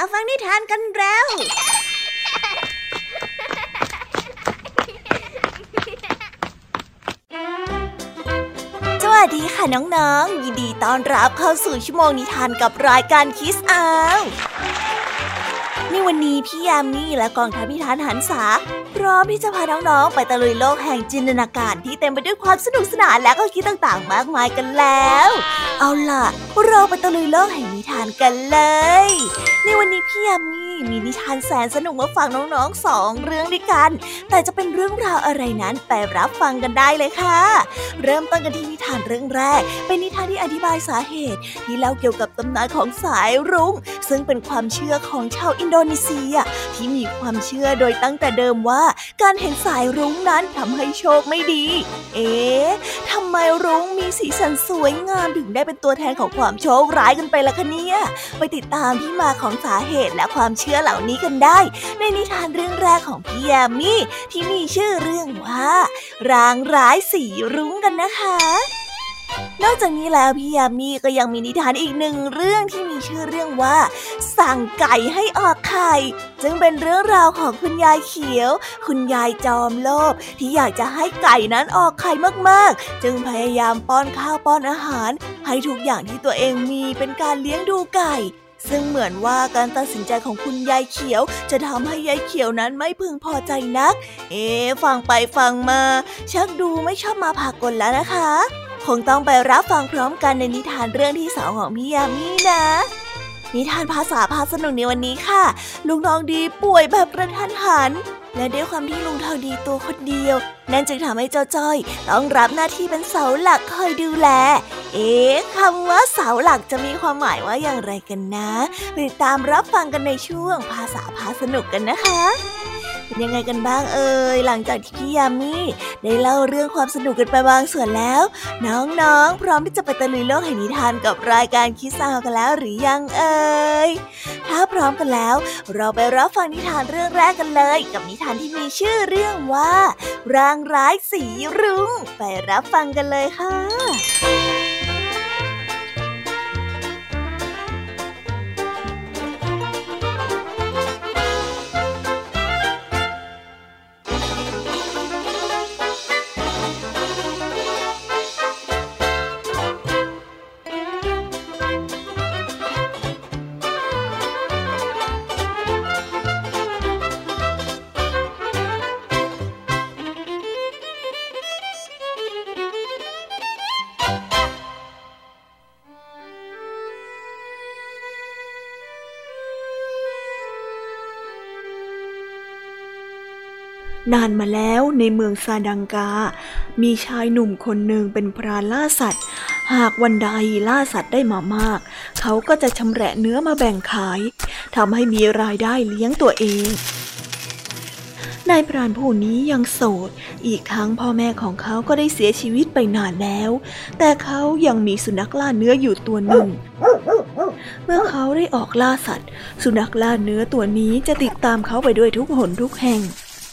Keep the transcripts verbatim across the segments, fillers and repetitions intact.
ฟังนิทานกันแล้วสวัสดีค่ะน้องๆยินดีต้อนรับเข้าสู่ชั่วโมงนิทานกับรายการคิสอาวในวันนี้พี่ยามีและกองทัพนิทานหันษาพร้อมที่จะพาน้องๆไปตะลุยโลกแห่งจินตนาการที่เต็มไปด้วยความสนุกสนานและก็คิดต่างๆมากมายกันแล้วเอาล่ะเราไปตะลุยโลกแห่งนิทานกันเลยในวันนี้พี่ยามีมีนิทานแสนสนุกมาฝากน้องๆสองเรื่องด้วยกันแต่จะเป็นเรื่องราวอะไรนั้นไปรับฟังกันได้เลยค่ะเริ่มต้นกันที่นิทานเรื่องแรกเป็นนิทานที่อธิบายสาเหตุที่เล่าเกี่ยวกับตำนานของสายรุ้งซึ่งเป็นความเชื่อของชาวอินโดนีเซียที่มีความเชื่อโดยตั้งแต่เดิมว่าการเห็นสายรุ้งนั้นทำให้โชคไม่ดีเอ๊ะทำไมรุ้งมีสีสันสวยงามถึงได้เป็นตัวแทนของความโชคร้ายกันไปล่ะคะเนี่ยไปติดตามที่มาของสาเหตุและความเชื่อเหล่านี้กันได้ในนิทานเรื่องแรกของพี่ยามีที่มีชื่อเรื่องว่ารางร้ายสีรุ้งกันนะคะนอกจากนี้แล้วพี่ยามีก็ยังมีนิทานอีกหนึ่งเรื่องที่มีชื่อเรื่องว่าสั่งไก่ให้ออกไข่ซึ่งเป็นเรื่องราวของคุณยายเขียวคุณยายจอมโลภที่อยากจะให้ไก่นั้นออกไข่มากๆจึงพยายามป้อนข้าวป้อนอาหารให้ทุกอย่างที่ตัวเองมีเป็นการเลี้ยงดูไก่ซึ่งเหมือนว่าการตัดสินใจของคุณยายเขียวจะทำให้ยายเขียวนั้นไม่พึงพอใจนักเอ๊ะฟังไปฟังมาชักดูไม่ชอบมาพากลแล้วนะคะคงต้องไปรับฟังพร้อมกันในนิทานเรื่องที่สองของพี่ยามีนะนิทานภาษาพาสนุกในวันนี้ค่ะลุงทองดีป่วยแบบกระทันหันและด้วยความที่ลุงทองดีตัวคนเดียวนั่นจึงทำให้เจ้าจ้อยต้องรับหน้าที่เป็นเสาหลักคอยดูแลเอ๊ะคำว่าเสาหลักจะมีความหมายว่าอย่างไรกันนะไปติดตามรับฟังกันในช่วงภาษาพาสนุกกันนะคะเป็นยังไงกันบ้างเอ่ยหลังจากที่พี่ยามีได้เล่าเรื่องความสนุกกันไปบางส่วนแล้วน้องๆพร้อมที่จะไปตะลุยโลกแห่งนิทานกับรายการคิสซาวกันแล้วหรือยังเอ่ยถ้าพร้อมกันแล้วเราไปรับฟังนิทานเรื่องแรกกันเลยกับนิทานที่มีชื่อเรื่องว่ารางร้ายสีรุ้งไปรับฟังกันเลยค่ะนานมาแล้วในเมืองซาดังกามีชายหนุ่มคนหนึ่งเป็นพรานล่าสัตว์หากวันใดล่าสัตว์ได้มามากเขาก็จะชำแหละเนื้อมาแบ่งขายทำให้มีรายได้เลี้ยงตัวเองนายพรานผู้นี้ยังโสดอีกทั้งพ่อแม่ของเขาก็ได้เสียชีวิตไปนานแล้วแต่เขายังมีสุนัขล่าเนื้ออยู่ตัวหนึ่งเมื่อเขาได้ออกล่าสัตว์สุนัขล่าเนื้อตัวนี้จะติดตามเขาไปด้วยทุกหนทุกแห่ง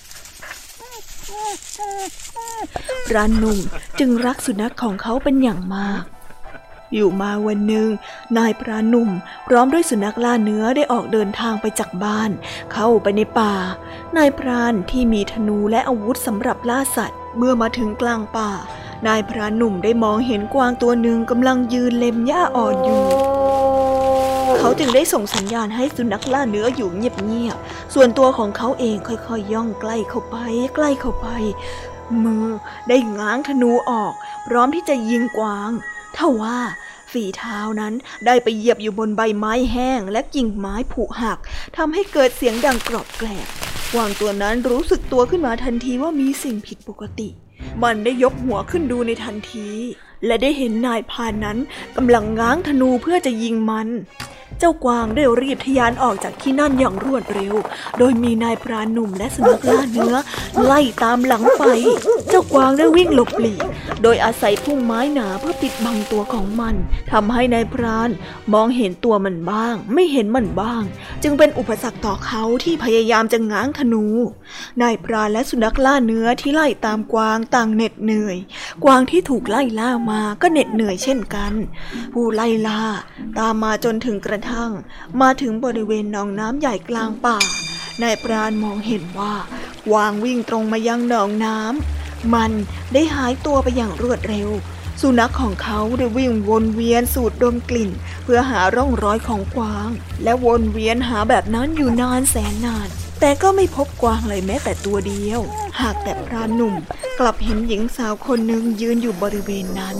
พรานหนุ่มจึงรักสุนัขของเขาเป็นอย่างมากอยู่มาวันหนึ่งนายพรานหนุ่มพร้อมด้วยสุนัขล่าเนื้อได้ออกเดินทางไปจากบ้านเข้าไปในป่านายพรานที่มีธนูและอาวุธสำหรับล่าสัตว์เมื่อมาถึงกลางป่านายพรานหนุ่มได้มองเห็นกวางตัวหนึ่งกำลังยืนเล็มหญ้าอ่อนอยู่เขาจึงได้ส่งสัญญาณให้สุนัขล่าเนื้ออยู่เงียบๆส่วนตัวของเขาเองค่อยๆ ย, ย่องใกล้เข้าไปใกล้เข้าไปมือได้ง้างธนูออกพร้อมที่จะยิงกวางทว่าฝีเท้านั้นได้ไปเหยียบอยู่บนใบไม้แห้งและกิ่งไม้ผุหักทำให้เกิดเสียงดังกรอบแกรบกวางตัวนั้นรู้สึกตัวขึ้นมาทันทีว่ามีสิ่งผิดปกติมันได้ยกหัวขึ้นดูในทันทีและได้เห็นนายพรานนั้นกำลังง้างธนูเพื่อจะยิงมันเจ้ากวางได้รีบทะยานออกจากที่นั่นอย่างรวดเร็วโดยมีนายพรานหนุ่มและสุนัขล่าเนื้อไล่ตามหลังไปเจ้ากวางได้วิ่งหลบหลีกโดยอาศัยพุ่มไม้หนาเพื่อปิดบังตัวของมันทำให้นายพรานมองเห็นตัวมันบ้างไม่เห็นมันบ้างจึงเป็นอุปสรรคต่อเขาที่พยายามจะง้างธนูนายพรานและสุนัขล่าเนื้อที่ไล่ตามกวางต่างเหน็ดเหนื่อยกวางที่ถูกไล่ล่ามาก็เหน็ดเหนื่อยเช่นกันผู้ไล่ล่าตามมาจนถึงกระทั่งทั่งมาถึงบริเวณหนองน้ำใหญ่กลางป่านายปราณมองเห็นว่ากวางวิ่งตรงมายังหนองน้ำมันได้หายตัวไปอย่างรวดเร็วสุนัขของเขาได้วิ่งวนเวียนสูดดมกลิ่นเพื่อหาร่องรอยของกวางและวนเวียนหาแบบนั้นอยู่นานแสนนานแต่ก็ไม่พบกวางเลยแม้แต่ตัวเดียวหากแต่พรานหนุ่มกลับเห็นหญิงสาวคนหนึ่งยืนอยู่บริเวณนั้น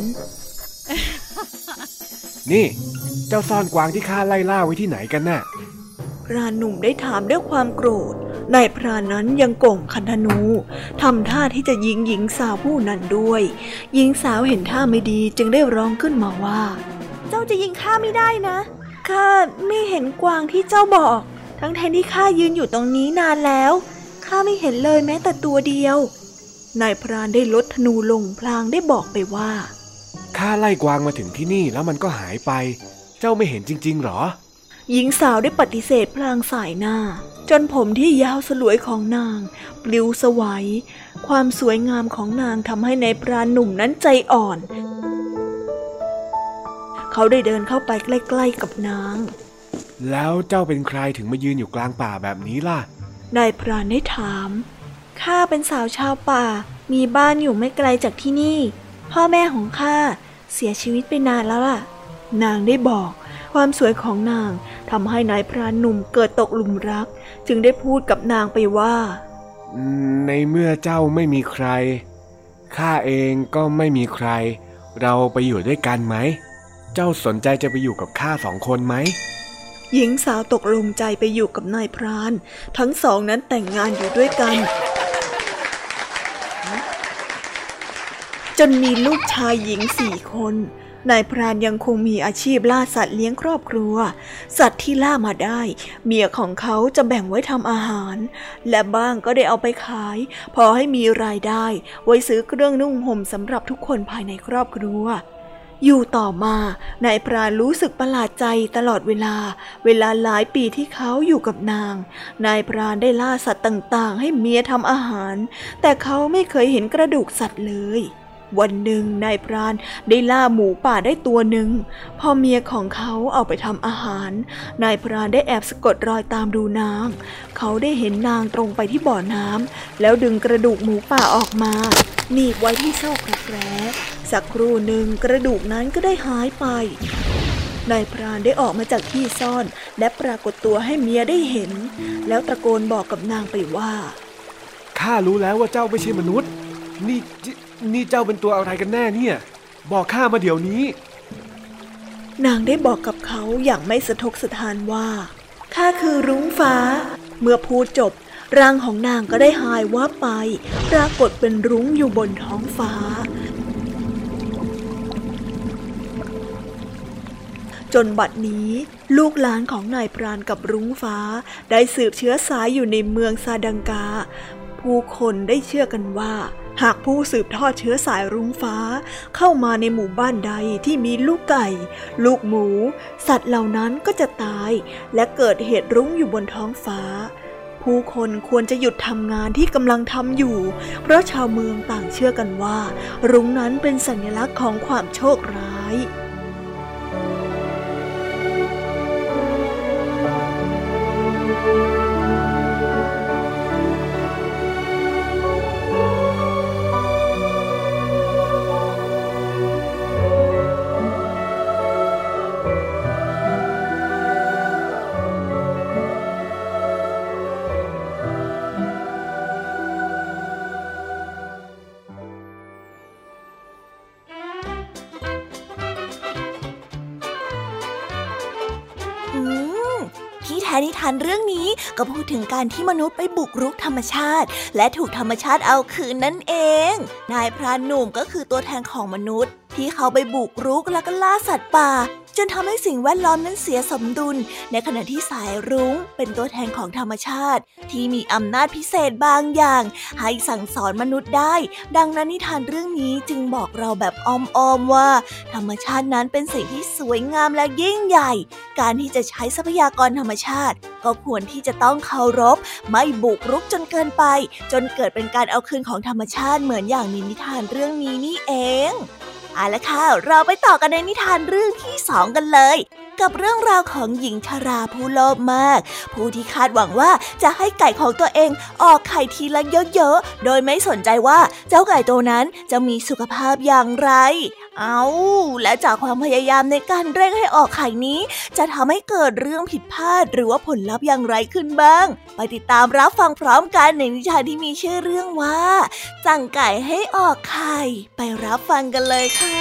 นี่เจ้าซ่อนกวางที่ข้าไล่ล่าไว้ที่ไหนกันน่ะพรานหนุ่มได้ถามด้วยความโกรธนายพรานนั้นยังโก่งคันธนูทำท่าที่จะยิงหญิงสาวผู้นั้นด้วยหญิงสาวเห็นท่าไม่ดีจึงได้ร้องขึ้นมาว่าเจ้าจะยิงข้าไม่ได้นะข้าไม่เห็นกวางที่เจ้าบอกทั้งแทนที่ข้ายืนอยู่ตรงนี้นานแล้วข้าไม่เห็นเลยแม้แต่ตัวเดียวนายพรานได้ลดธนูลงพลางได้บอกไปว่าข้าไล่กวางมาถึงที่นี่แล้วมันก็หายไปเจ้าไม่เห็นจริงๆหรอหญิงสาวได้ปฏิเสธพลางสายหน้าจนผมที่ยาวสลวยของนางปลิวสวัยความสวยงามของนางทำให้นายพรานหนุ่มนั้นใจอ่อนเขาได้เดินเข้าไปใกล้ๆกับนางแล้วเจ้าเป็นใครถึงมายืนอยู่กลางป่าแบบนี้ล่ะนายพรานได้ถามข้าเป็นสาวชาวป่ามีบ้านอยู่ไม่ไกลจากที่นี่พ่อแม่ของข้าเสียชีวิตไปนานแล้วล่ะนางได้บอกความสวยของนางทำให้นายพรานหนุ่มเกิดตกหลุมรักจึงได้พูดกับนางไปว่าในเมื่อเจ้าไม่มีใครข้าเองก็ไม่มีใครเราไปอยู่ด้วยกันไหมเจ้าสนใจจะไปอยู่กับข้าสองคนไหมหญิงสาวตกลงใจไปอยู่กับนายพรานทั้งสองนั้นแต่งงานอยู่ด้วยกันจนมีลูกชายหญิงสี่คนนายพรานยังคงมีอาชีพล่าสัตว์เลี้ยงครอบครัวสัตว์ที่ล่ามาได้เมียของเขาจะแบ่งไว้ทำอาหารและบ้างก็ได้เอาไปขายพอให้มีรายได้ไว้ซื้อเครื่องนุ่งห่มสำหรับทุกคนภายในครอบครัวอยู่ต่อมานายพรานรู้สึกประหลาดใจตลอดเวลาเวลาหลายปีที่เขาอยู่กับนางนายพรานได้ล่าสัตว์ต่างๆให้เมียทำอาหารแต่เขาไม่เคยเห็นกระดูกสัตว์เลยวันหนึ่งนายพรานได้ล่าหมูป่าได้ตัวหนึ่งพอเมียของเขาเอาไปทำอาหารนายพรานได้แอบสะกดรอยตามดูนางเขาได้เห็นนางตรงไปที่บ่อน้ำแล้วดึงกระดูกหมูป่าออกมาหนีบไว้ที่ซอกรักแร้สักครู่หนึ่งกระดูกนั้นก็ได้หายไปนายพรานได้ออกมาจากที่ซ่อนและปรากฏตัวให้เมียได้เห็นแล้วตะโกนบอกกับนางไปว่าข้ารู้แล้วว่าเจ้าไม่ใช่มนุษย์นี่นี่เจ้าเป็นตัวอะไรกันแน่เนี่ยบอกข้ามาเดี๋ยวนี้นางได้บอกกับเขาอย่างไม่สะทกสะท้านว่าข้าคือรุ้งฟ้าเมื่อพูดจบร่างของนางก็ได้หายวับไปปรากฏเป็นรุ้งอยู่บนท้องฟ้าจนบัดนี้ลูกหลานของนายพรานกับรุ้งฟ้าได้สืบเชื้อสายอยู่ในเมืองซาดังกาผู้คนได้เชื่อกันว่าหากผู้สืบทอดเชื้อสายรุ้งฟ้าเข้ามาในหมู่บ้านใดที่มีลูกไก่ลูกหมูสัตว์เหล่านั้นก็จะตายและเกิดเหตุรุ้งอยู่บนท้องฟ้าผู้คนควรจะหยุดทำงานที่กำลังทำอยู่เพราะชาวเมืองต่างเชื่อกันว่ารุ้งนั้นเป็นสัญลักษณ์ของความโชคร้ายนิทานเรื่องนี้ก็พูดถึงการที่มนุษย์ไปบุกรุกธรรมชาติและถูกธรรมชาติเอาคืนนั่นเองนายพรานหนุ่มก็คือตัวแทนของมนุษย์ที่เขาไปบุกรุกแล้วก็ล่าสัตว์ป่าจนทำให้สิ่งแวดล้อมนั้นเสียสมดุลในขณะที่สายรุ้งเป็นตัวแทนของธรรมชาติที่มีอำนาจพิเศษบางอย่างให้สั่งสอนมนุษย์ได้ดังนั้นนิทานเรื่องนี้จึงบอกเราแบบอ้อมๆว่าธรรมชาตินั้นเป็นสิ่งที่สวยงามและยิ่งใหญ่การที่จะใช้ทรัพยากรธรรมชาติก็ควรที่จะต้องเคารพไม่บุกรุกจนเกินไปจนเกิดเป็นการเอาคืนของธรรมชาติเหมือนอย่างในนิทานเรื่องนี้นี่เองเอาละค่ะเราไปต่อกันในนิทานเรื่องที่สองกันเลยกับเรื่องราวของหญิงชราผู้โลภมากผู้ที่คาดหวังว่าจะให้ไก่ของตัวเองออกไข่ทีละเยอะๆโดยไม่สนใจว่าเจ้าไก่ตัวนั้นจะมีสุขภาพอย่างไรเอาและจากความพยายามในการเร่งให้ออกไข่นี้จะทำให้เกิดเรื่องผิดพลาดหรือว่าผลลัพธ์อย่างไรขึ้นบ้างไปติดตามรับฟังพร้อมกันในนิทานที่มีชื่อเรื่องว่าสั่งไก่ให้ออกไข่ไปรับฟังกันเลยค่ะ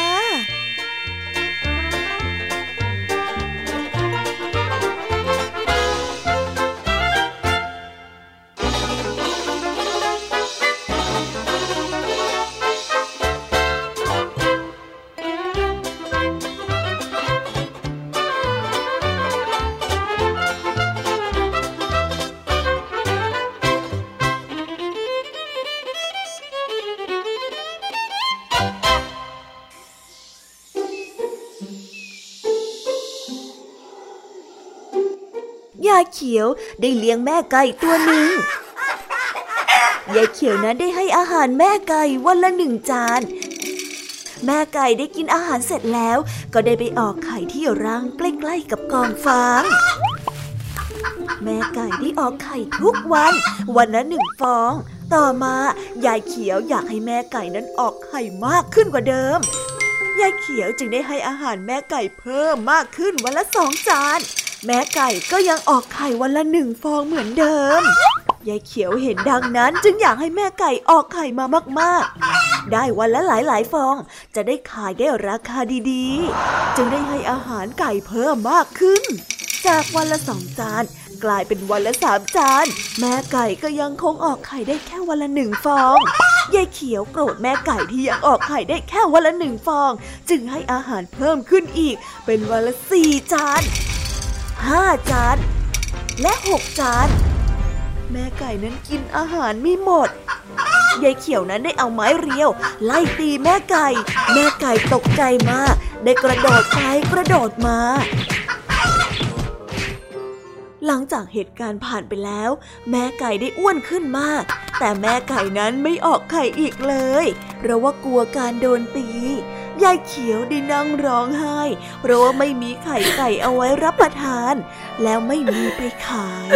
ยายเขียวได้เลี้ยงแม่ไก่ตัวหนึ่งยายเขียวนั้นได้ให้อาหารแม่ไก่วันละหนึ่งจานแม่ไก่ได้กินอาหารเสร็จแล้วก็ได้ไปออกไข่ที่รังใกล้ๆกับกองฟางแม่ไก่ได้ออกไข่ทุกวันวันละหนึ่งฟองต่อมายายเขียวอยากให้แม่ไก่นั้นออกไข่มากขึ้นกว่าเดิมยายเขียวจึงได้ให้อาหารแม่ไก่เพิ่มมากขึ้นวันละสองจานแม่ไก่ก็ยังออกไข่วันละหนึ่งฟองเหมือนเดิมยายเขียวเห็นดังนั้นจึงอยากให้แม่ไก่ออกไข่มามากๆได้วันละหลายๆฟองจะได้ขายได้ราคาดีๆจึงได้ให้อาหารไก่เพิ่มมากขึ้นจากวันละสองจานกลายเป็นวันละสามจานแม่ไก่ก็ยังคงออกไข่ได้แค่วันละหนึ่งฟองยายเขียวโกรธแม่ไก่ที่ยังออกไข่ได้แค่วันละหนึ่งฟองจึงให้อาหารเพิ่มขึ้นอีกเป็นวันละสี่จานห้าจานและหกจานแม่ไก่นั้นกินอาหารไม่หมดยายเขียวนั้นได้เอาไม้เรียวไล่ตีแม่ไก่แม่ไก่ตกใจมากได้กระโดดไปกระโดดมาหลังจากเหตุการณ์ผ่านไปแล้วแม่ไก่ได้อ้วนขึ้นมากแต่แม่ไก่นั้นไม่ออกไข่อีกเลยเพราะว่ากลัวการโดนตียายเขียวได้นั่งร้องไห้เพราะว่าไม่มีไข่ไก่เอาไว้รับประทานแล้วไม่มีไปขาย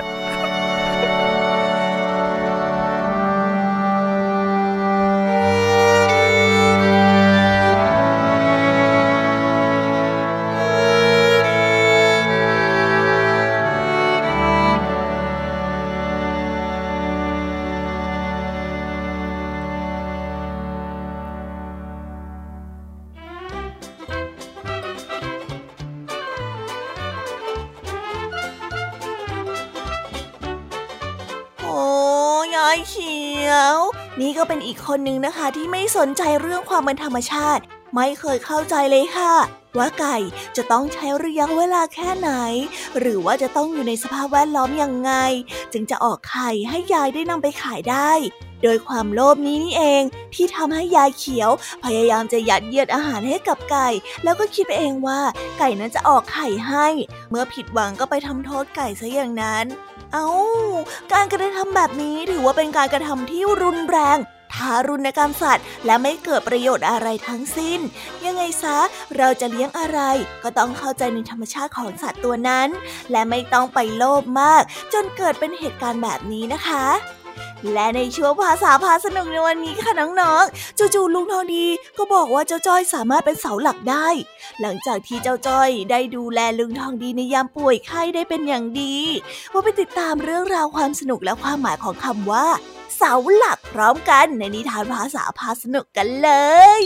เขียวนี่ก็เป็นอีกคนนึงนะคะที่ไม่สนใจเรื่องความเป็นธรรมชาติไม่เคยเข้าใจเลยค่ะว่าไก่จะต้องใช้ระยะเวลาแค่ไหนหรือว่าจะต้องอยู่ในสภาพแวดล้อมยังไงจึงจะออกไข่ให้ยายได้นำไปขายได้โดยความโลภนี้นี่เองที่ทำให้ยายเขียวพยายามจะยัดเยียดอาหารให้กับไก่แล้วก็คิดเองว่าไก่นั้นจะออกไข่ให้เมื่อผิดหวังก็ไปทำโทษไก่ซะอย่างนั้นเอ้าการกระทำแบบนี้ถือว่าเป็นการกระทำที่รุนแรงทารุณกรรมสัตว์และไม่เกิดประโยชน์อะไรทั้งสิ้นยังไงซะเราจะเลี้ยงอะไรก็ต้องเข้าใจในธรรมชาติของสัตว์ตัวนั้นและไม่ต้องไปโลภมากจนเกิดเป็นเหตุการณ์แบบนี้นะคะและในช่วงภาษาพาสนุกในวันนี้ค่ะน้องๆจู่ๆลุงทองดีก็บอกว่าเจ้าจ้อยสามารถเป็นเสาหลักได้หลังจากที่เจ้าจ้อยได้ดูแลลุงทองดีในยามป่วยไข้ได้เป็นอย่างดีมาไปติดตามเรื่องราวความสนุกและความหมายของคำว่าเสาหลักพร้อมกันในนิทานภาษาพาสนุกกันเลย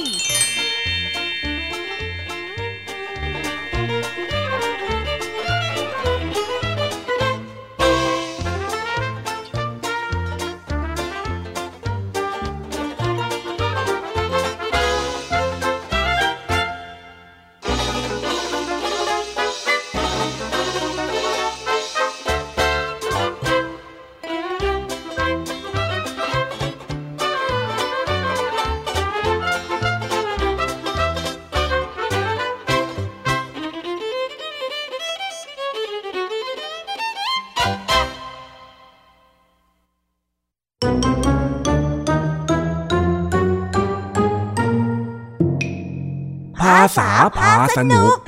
าษาพาสนุก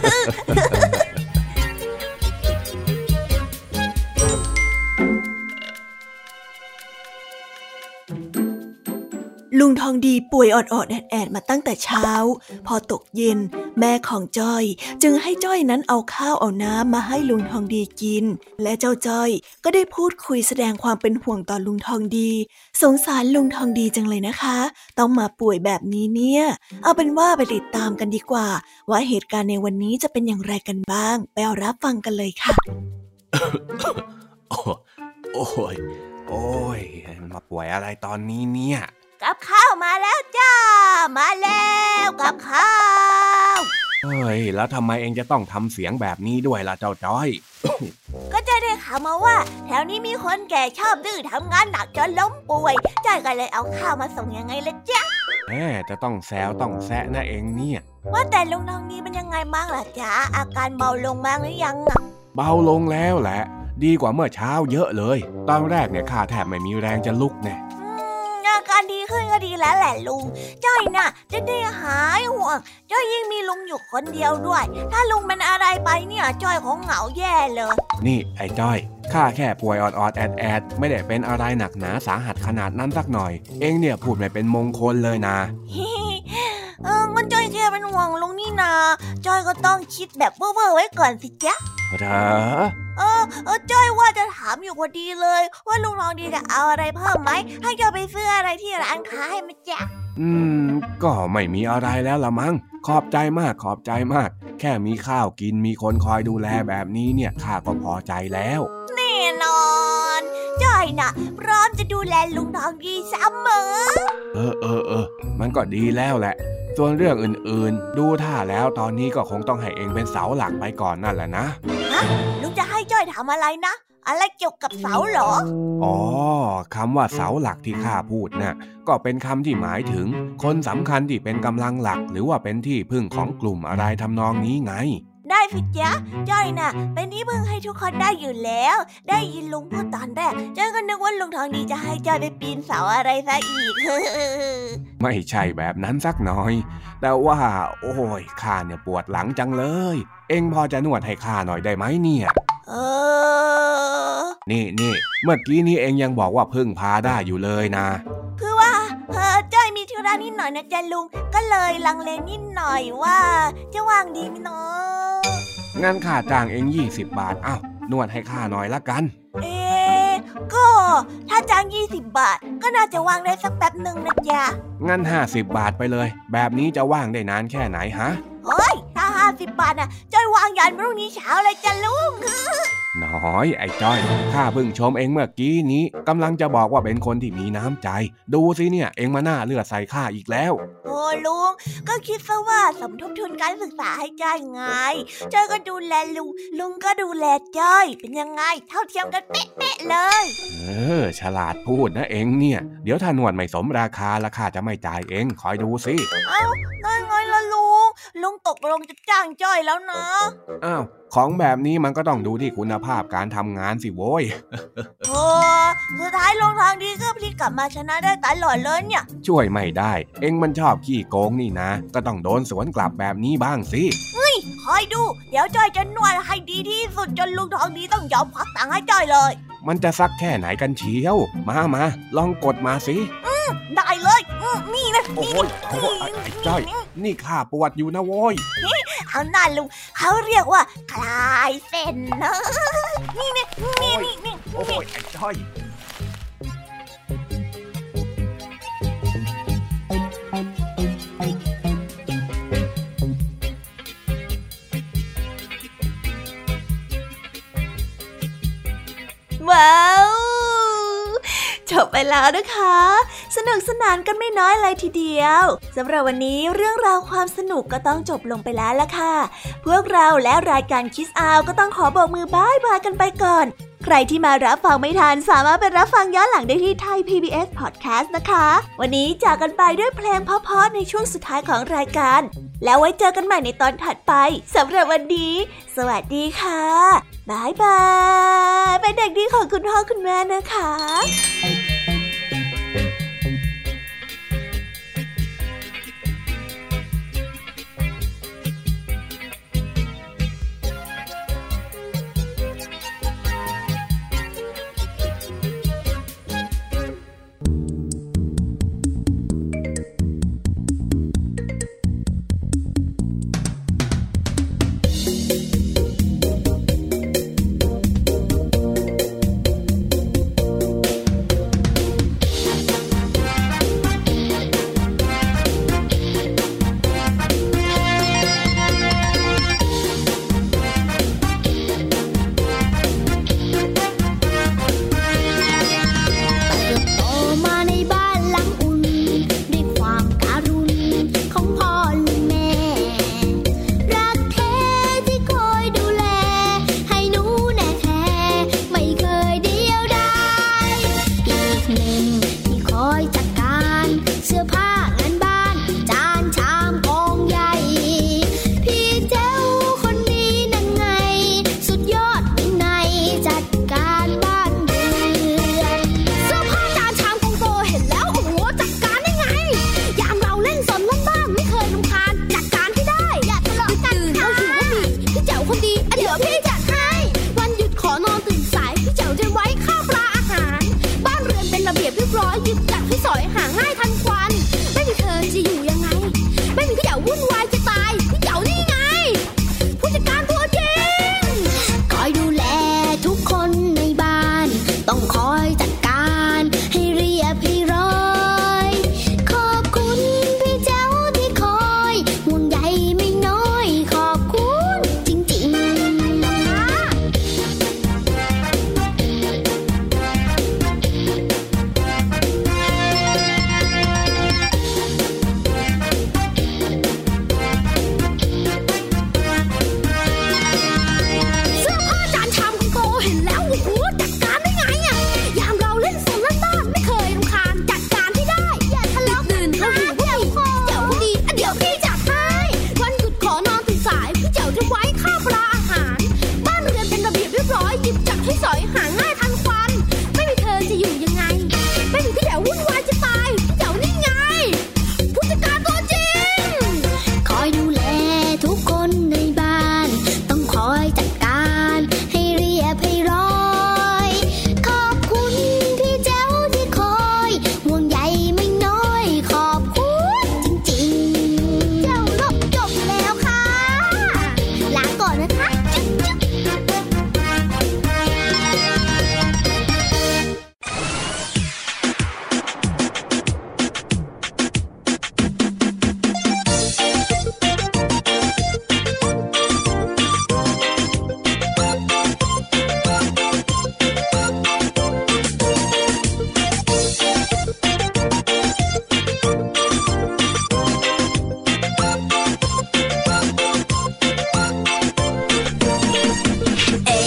ลุงทองดีป่วยออดๆแอดๆมาตั้งแต่เช้าพอตกเย็นแม่ของจ้อยจึงให้จ้อยนั้นเอาข้าวเอาน้ำมาให้ลุงทองดีกินและเจ้าจ้อยก็ได้พูดคุยแสดงความเป็นห่วงต่อลุงทองดีสงสารลุงทองดีจังเลยนะคะต้องมาป่วยแบบนี้เนี่ยเอาเป็นว่าไปติดตามกันดีกว่าว่าเหตุการณ์ในวันนี้จะเป็นอย่างไรกันบ้างไปรับฟังกันเลยค่ะโอ้ยโอ้ยมาป่วยอะไรตอนนี้เนี่ยกับข้าวมาแล้วจ้ามาแล้วกับข้าวเฮ้ยแล้วทำไมเองจะต้องทำเสียงแบบนี้ด้วยล่ะเจ้าจ้อยก็จะได้ข่าวมาว่าแถวนี้มีคนแก่ชอบดื้อทำงานหนักจนล้มป่วยจ้อยก็เลยเอาข้าวมาส่งยังไงล่ะจ๊ะแหมจะต้องแซวต้องแซะนะเองเนี่ยว่าแต่ลุงทองดีเป็นยังไงบ้างล่ะจ๊ะอาการเบาลงบ้างหรือยังอ่ะเบาลงแล้วแหละดีกว่าเมื่อเช้าเยอะเลยตอนแรกเนี่ยข้าแทบไม่มีแรงจะลุกแน่อาการดีขึ้นก็ดีแล้วแหละลุงจ้อยน่ะจะได้หายห่วงจ้อยยิ่งมีลุงอยู่คนเดียวด้วยถ้าลุงเป็นอะไรไปเนี่ยจ้อยคงเหงาแย่เลยนี่ไอ้จ้อยข้าแค่ป่วยออดๆแอดๆไม่ได้เป็นอะไรหนักหนาสาหัสขนาดนั้นสักหน่อยเองเนี่ยพูดไม่เป็นมงคลเลยนะเอองั้นจ้อยแค่เป็นห่วงลุงนี่นาจ้อยก็ต้องคิดแบบเว่อร์ๆไว้ก่อนสิจ๊ะเหรอเออเออจ้อยว่าจะถามอยู่พอดีเลยว่าลุงทองดีจะเอาอะไรเพิ่มไหมให้จ้อยไปซื้ออะไรที่ร้านค้าให้มั้ยจ๊ะอืมก็ไม่มีอะไรแล้วละมั้งขอบใจมากขอบใจมากแค่มีข้าวกินมีคนคอยดูแลแบบนี้เนี่ยข้าก็พอใจแล้วแน่นอนจ้อยน่ะพร้อมจะดูแลลุงทองดีเสมอเออเออเออมันก็ดีแล้วแหละส่วนเรื่องอื่นๆดูท่าแล้วตอนนี้ก็คงต้องให้เองเป็นเสาหลักไปก่อนนั่นแหละนะฮะลุงจะให้จ้อยทำอะไรนะอะไรเกี่ยวกับเสาเหรออ๋อคำว่าเสาหลักที่ข้าพูดน่ะก็เป็นคำที่หมายถึงคนสำคัญที่เป็นกำลังหลักหรือว่าเป็นที่พึ่งของกลุ่มอะไรทำนองนี้ไงได้สิจ๊ะจ้อยน่ะเป็นที่พึ่งให้ทุกคนได้อยู่แล้วได้ยินลุงพูดตอนแรกจ้อยก็นึกว่าลุงทองดีจะให้จ้อยไปปีนเสาอะไรซะอีกไม่ใช่แบบนั้นสักหน่อยแต่ว่าโอ้ยข้าเนี่ยปวดหลังจังเลยเอ็งพอจะนวดให้ข้าหน่อยได้ไหมเนี่ยเออนี่นี่เมื่อกี้นี้เอ็งยังบอกว่าพึ่งพาได้อยู่เลยนะคือว่าเออจ้อยมีธุระนิดหน่อยนะจ๊ะลุงก็เลยลังเลนิดหน่อยว่าจะว่างดีมั้ยเนาะงั้นข้าจ้างเอ็งยี่สิบบาทอ้าวนวดให้ข้าหน่อยละกันเอ๊ะก็ถ้าจ้างยี่สิบบาทก็น่าจะว่างได้สักแป๊บนึงนะจ๊ะงั้นห้าสิบบาทไปเลยแบบนี้จะว่างได้นานแค่ไหนฮะเฮ้ยถ้าห้าสิบบาทน่ะจ้อยวางยันพรุ่งนี้เช้าเลยจ้ะลุงน้อยไอ้จ้อยข้าเพิ่งชมเองเมื่อกี้นี้กำลังจะบอกว่าเป็นคนที่มีน้ำใจดูสิเนี่ยเองมาหน้าเลือดใส่ข้าอีกแล้วโอ้ลุงก็คิดซะว่าสมทบทุนการศึกษาให้จ้อยไงจ้อยก็ดูแลลุงลุงก็ดูแลจ้อยเป็นยังไงเท่าเทียมกันเป๊ะๆเลยเออฉลาดพูดนะเองเนี่ยเดี๋ยวถ้านวดไม่สมราคาราคาจะไม่จ่ายเองคอยดูสิเอ้าได้ไงล่ะลุงลุงตกลงจะจ้างจ้อยแล้วนะอ้าวของแบบนี้มันก็ต้องดูที่คุณภาพการทำงานสิโว้ยโอ้สุดท้ายลงทางดีก็พลิกกลับมาชนะได้ตลอดเลยเนี่ยช่วยไม่ได้เอ็งมันชอบขี้โกงนี่นะก็ต้องโดนสวนกลับแบบนี้บ้างสิเฮ้ยคอยดูเดี๋ยวจ้อยจะนวดให้ดีที่สุดจนลุงทองดีต้องยอมควักตังค์ให้จ้อยเลยมันจะซักแค่ไหนกันเชียวมามาลองกดมาสิอืมได้เลยอืมนี่นะโอ้ยโอ้ยไอ้จ้อยนี่ข้าปวดอยู่นะโว้ยเอาหน้าลุงเขาเรียกว่าคลายเส้นนะนี่นี่นี่นี่นี่โอ้ยไอ้จ้อยว้าวจบไปแล้วนะคะสนุกสนานกันไม่น้อยเลยทีเดียวสำหรับวันนี้เรื่องราวความสนุกก็ต้องจบลงไปแล้วล่ะค่ะพวกเราและรายการ Kids Hour ก็ต้องขอบอกมือบ๊ายบายกันไปก่อนใครที่มารับฟังไม่ทันสามารถไปรับฟังย้อนหลังได้ที่ Thai พี บี เอส Podcast นะคะวันนี้จากกันไปด้วยเพลงเพราะๆในช่วงสุดท้ายของรายการแล้วไว้เจอกันใหม่ในตอนถัดไปสำหรับวันนี้สวัสดีค่ะบ๊ายบายเป็นเด็กดีของคุณพ่อคุณแม่นะคะ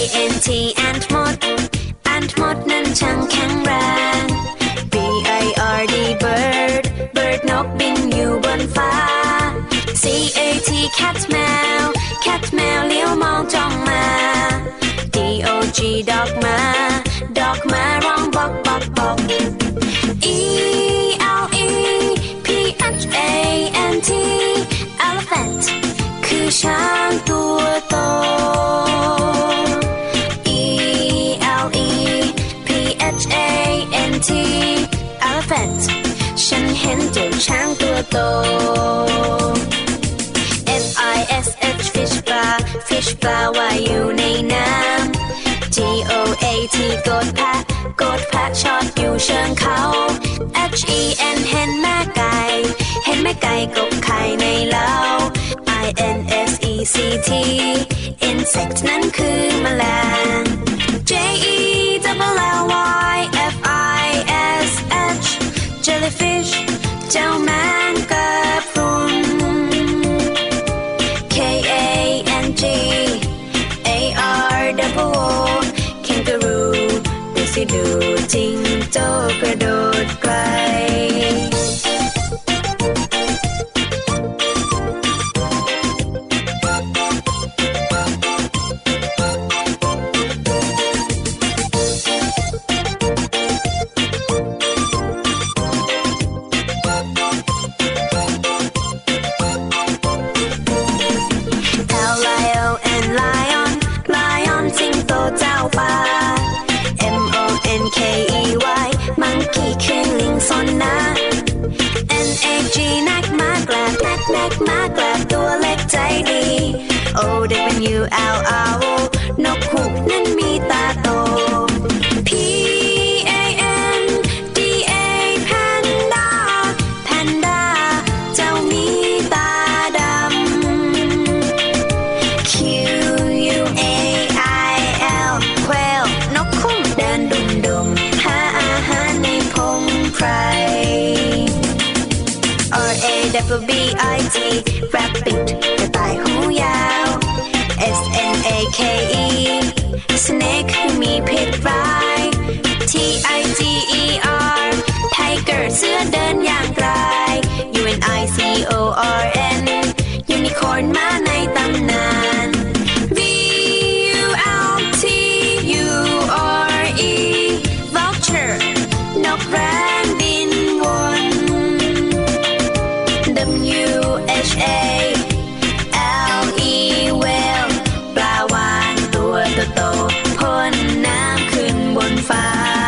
N T ant มด ant มดนั้นช่างแข็งแรง B I R D bird bird นกบินอยู่บนฟ้า C A T cat แมว cat แมวเลี้ยวมองจ้องมา D O G dog มา dog มาร้องบอกบอกบอก E L E P H A N T elephant คือช้างตัวโต E L E P H A N T elephant ฉันเห็นเจ้าช้างตัวโต F I S H fish ปลา fish ปลาว่ายอยู่ในน้ำ G O A T โกดแพะโกดแพะชอดอยู่เชิงเขา H E N เห็นแม่ไก่เห็นแม่ไก่กบไข่ในเล้า I N S E C T insect นั้นคือแมลง J E L L Y F I S H jellyfish เจ้าแมงกะพรุน K A N G A R O O kangaroo ดูสิดูจิงโจ้กระโดดไกลO W L R O นกฮูกนั้นมีตาโต P A N D A panda panda เจ้ามีตาดำ Q U A I L quail นกคุ้มเดินดุ่มดุ่มหาอาหารในพงไพร R A W B I T rabbit กระต่ายหูยาว S N A K E snake มีพิษร้าย T I G E R tiger เสือเดินอย่างไกล U N I C O R N unicorn ม้าในตำนาน V U L T U R E vulture นกแร้งบินวน W H A L E whale ปลาวาฬตัวโตๆพ่นน้ำขึ้นบนฟ้า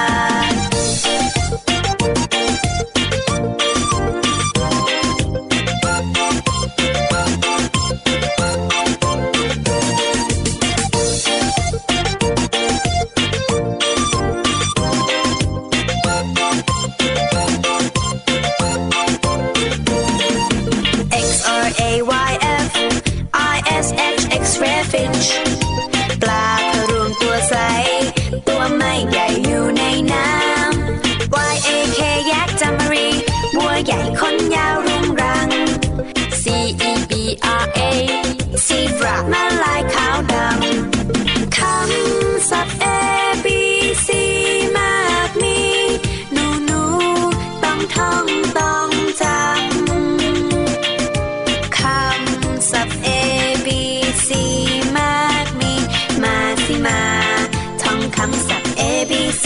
X R A Y F I S H X-ray fish ปลาพะรวงตัวใสตัวไม่ใหญ่อยู่ในน้ำ Y A K ยักษ์จามรีบัวใหญ่ขนยาวรุงรัง C E B R A zebra ม้าลายขาวดำคำศัพท์ A B C มากมีหนูหนูต้องท่องต้องจำคำศัพท์ A B C มากมีมาสิมาท่องคำศัพท์ A B C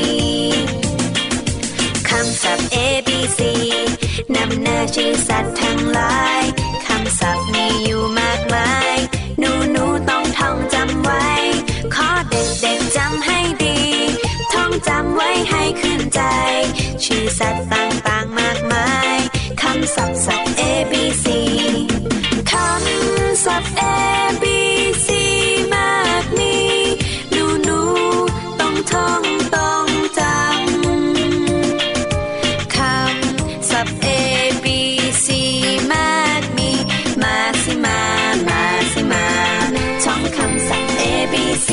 คำศัพท์ A B C นำหน้าชื่อสัตว์ทั้งหลายคำศัพท์มีอยู่มากมายหนูหนูต้องท่องจำไว้ขอเด็กๆจำให้ดีท่องจำไว้ให้ขึ้นใจชื่อสัตว์ต่างๆมากมายคำศัพท์ศัพท์ A B C คำศัพท์ A B C มากมีหนูหนูต้องท่องต้องจำคำศัพท์ A B C มากมีมาสิมามาสิมาท่องคำศัพท์ A B C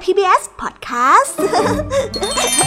พี บี เอส Podcast